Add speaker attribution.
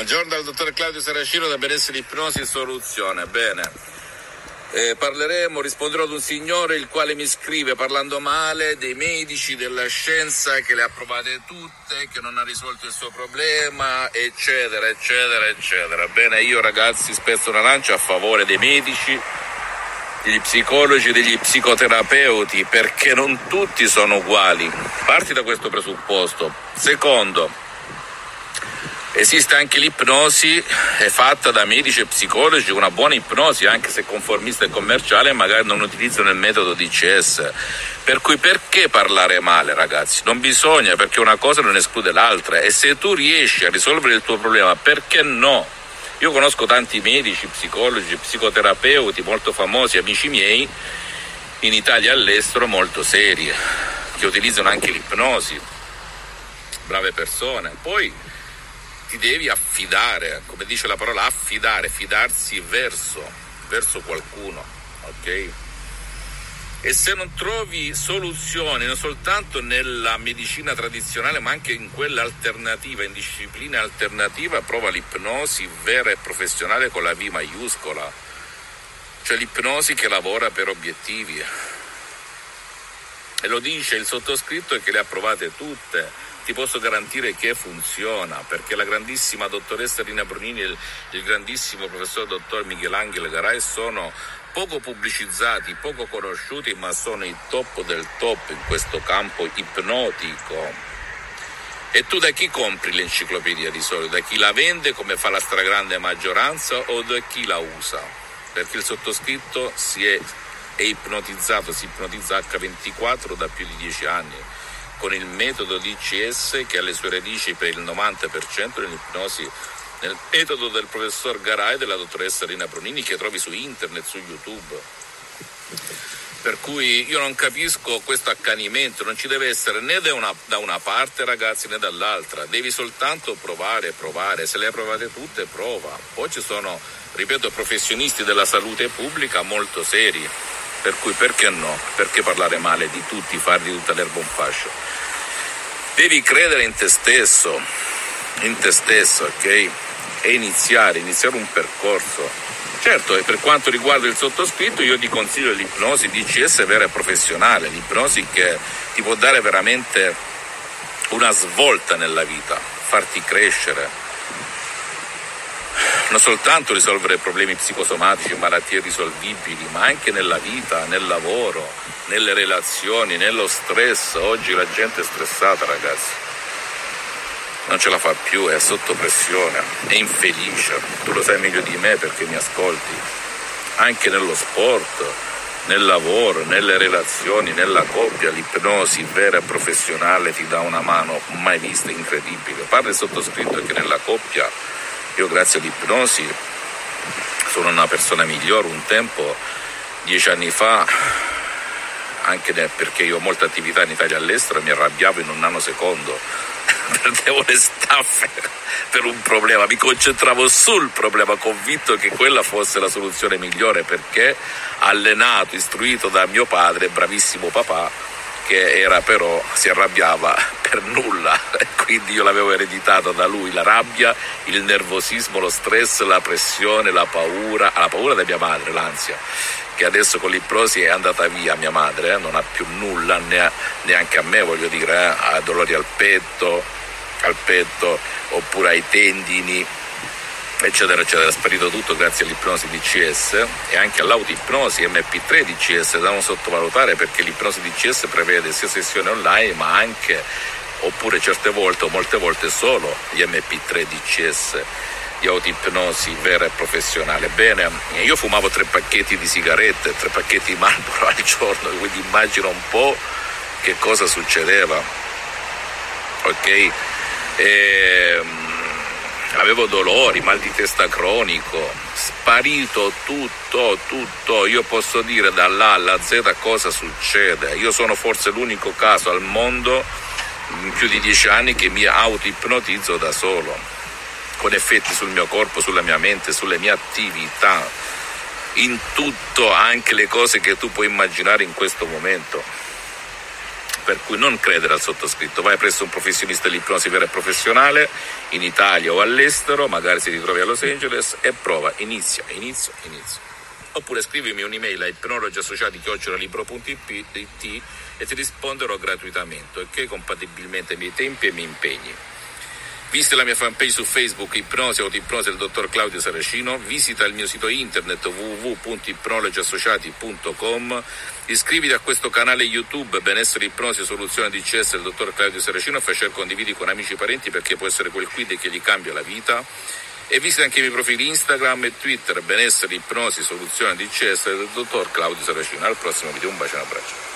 Speaker 1: Buongiorno dal dottor Claudio Saracino da Benessere Ipnosi e Soluzione. Bene, risponderò ad un signore il quale mi scrive parlando male dei medici, della scienza che le ha provate tutte, che non ha risolto il suo problema, eccetera, eccetera, eccetera. Bene, io ragazzi spezzo una lancia a favore dei medici, degli psicologi, degli psicoterapeuti, perché non tutti sono uguali. Parti da questo presupposto. Secondo, esiste anche l'ipnosi, è fatta da medici e psicologi, una buona ipnosi, anche se conformista e commerciale, magari non utilizzano il metodo DCS. Per cui perché parlare male, ragazzi? Non bisogna, perché una cosa non esclude l'altra, e se tu riesci a risolvere il tuo problema, perché no? Io conosco tanti medici, psicologi, psicoterapeuti molto famosi, amici miei, in Italia e all'estero, molto seri, che utilizzano anche l'ipnosi, brave persone. Poi ti devi affidare, come dice la parola affidare, fidarsi verso qualcuno, ok? E se non trovi soluzioni non soltanto nella medicina tradizionale ma anche in quella alternativa, in disciplina alternativa, prova l'ipnosi vera e professionale con la V maiuscola, cioè l'ipnosi che lavora per obiettivi. E lo dice il sottoscritto che le ha provate tutte. Ti posso garantire che funziona, perché la grandissima dottoressa Rina Bronini e il grandissimo professor dottor Michelangelo Garai sono poco pubblicizzati, poco conosciuti, ma sono i top del top in questo campo ipnotico. E tu da chi compri l'enciclopedia di solito? Da chi la vende, come fa la stragrande maggioranza, o da chi la usa? Perché il sottoscritto è ipnotizzato, si ipnotizza H24 da più di 10 anni. Con il metodo DCS che ha le sue radici per il 90% nell'ipnosi, nel metodo del professor Garai e della dottoressa Rina Bronini, che trovi su internet, su YouTube. Per cui io non capisco questo accanimento, non ci deve essere né da una parte, ragazzi, né dall'altra. Devi soltanto provare, se le hai provate tutte, prova. Poi ci sono, ripeto, professionisti della salute pubblica molto seri. Per cui perché no? Perché parlare male di tutti, fargli tutta l'erba un fascio? Devi credere in te stesso, ok? E iniziare un percorso. Certo, e per quanto riguarda il sottoscritto, io ti consiglio l'ipnosi DCS vera e professionale, l'ipnosi che ti può dare veramente una svolta nella vita, farti crescere. Non soltanto risolvere problemi psicosomatici, malattie irrisolvibili, ma anche nella vita, nel lavoro, nelle relazioni, nello stress. Oggi la gente è stressata, ragazzi, non ce la fa più, è sotto pressione, è infelice. Tu lo sai meglio di me perché mi ascolti. Anche nello sport, nel lavoro, nelle relazioni, nella coppia, l'ipnosi vera e professionale ti dà una mano mai vista, incredibile. Parla il sottoscritto che nella coppia, io grazie all'ipnosi sono una persona migliore. Un tempo, 10 anni fa, anche perché io ho molte attività in Italia e all'estero, mi arrabbiavo in un nanosecondo, perdevo le staffe per un problema, mi concentravo sul problema, convinto che quella fosse la soluzione migliore, perché allenato, istruito da mio padre, bravissimo papà, che era però, si arrabbiava per nulla, e quindi io l'avevo ereditato da lui, la rabbia, il nervosismo, lo stress, la pressione, la paura da mia madre, l'ansia, che adesso con l'ipnosi è andata via mia madre, non ha più nulla, neanche a me, voglio dire, ha dolori al petto, oppure ai tendini, eccetera eccetera. È sparito tutto grazie all'ipnosi DCS e anche all'autoipnosi MP3 DCS, da non sottovalutare, perché l'ipnosi DCS prevede sia sessioni online ma anche, oppure certe volte o molte volte solo gli MP3 DCS di autoipnosi vera e professionale. Bene, io fumavo 3 pacchetti di sigarette, 3 pacchetti di Marlboro al giorno, quindi immagino un po' che cosa succedeva, ok? Avevo dolori, mal di testa cronico, sparito tutto. Io posso dire dall'A alla Z cosa succede. Io sono forse l'unico caso al mondo in più di 10 anni che mi autoipnotizzo da solo, con effetti sul mio corpo, sulla mia mente, sulle mie attività, in tutto, anche le cose che tu puoi immaginare in questo momento. per cui non credere al sottoscritto, vai presso un professionista dell'ipnosi vera e professionale in Italia o all'estero, magari se ti trovi a Los Angeles, e prova, inizia. Oppure scrivimi un'email a ipnologiassociati@libro.it e ti risponderò gratuitamente, ok? Compatibilmente ai miei tempi e ai miei impegni. Visita la mia fanpage su Facebook, Ipnosi Autoipnosi del dottor Claudio Saracino, visita il mio sito internet www.ipnologiassociati.com, iscriviti a questo canale YouTube Benessere Ipnosi Soluzione DCS del dottor Claudio Saracino e fai condividi con amici e parenti perché può essere quel quid che gli cambia la vita. E visita anche i miei profili Instagram e Twitter Benessere Ipnosi Soluzione DCS del dottor Claudio Saracino. Al prossimo video, un bacio e un abbraccio.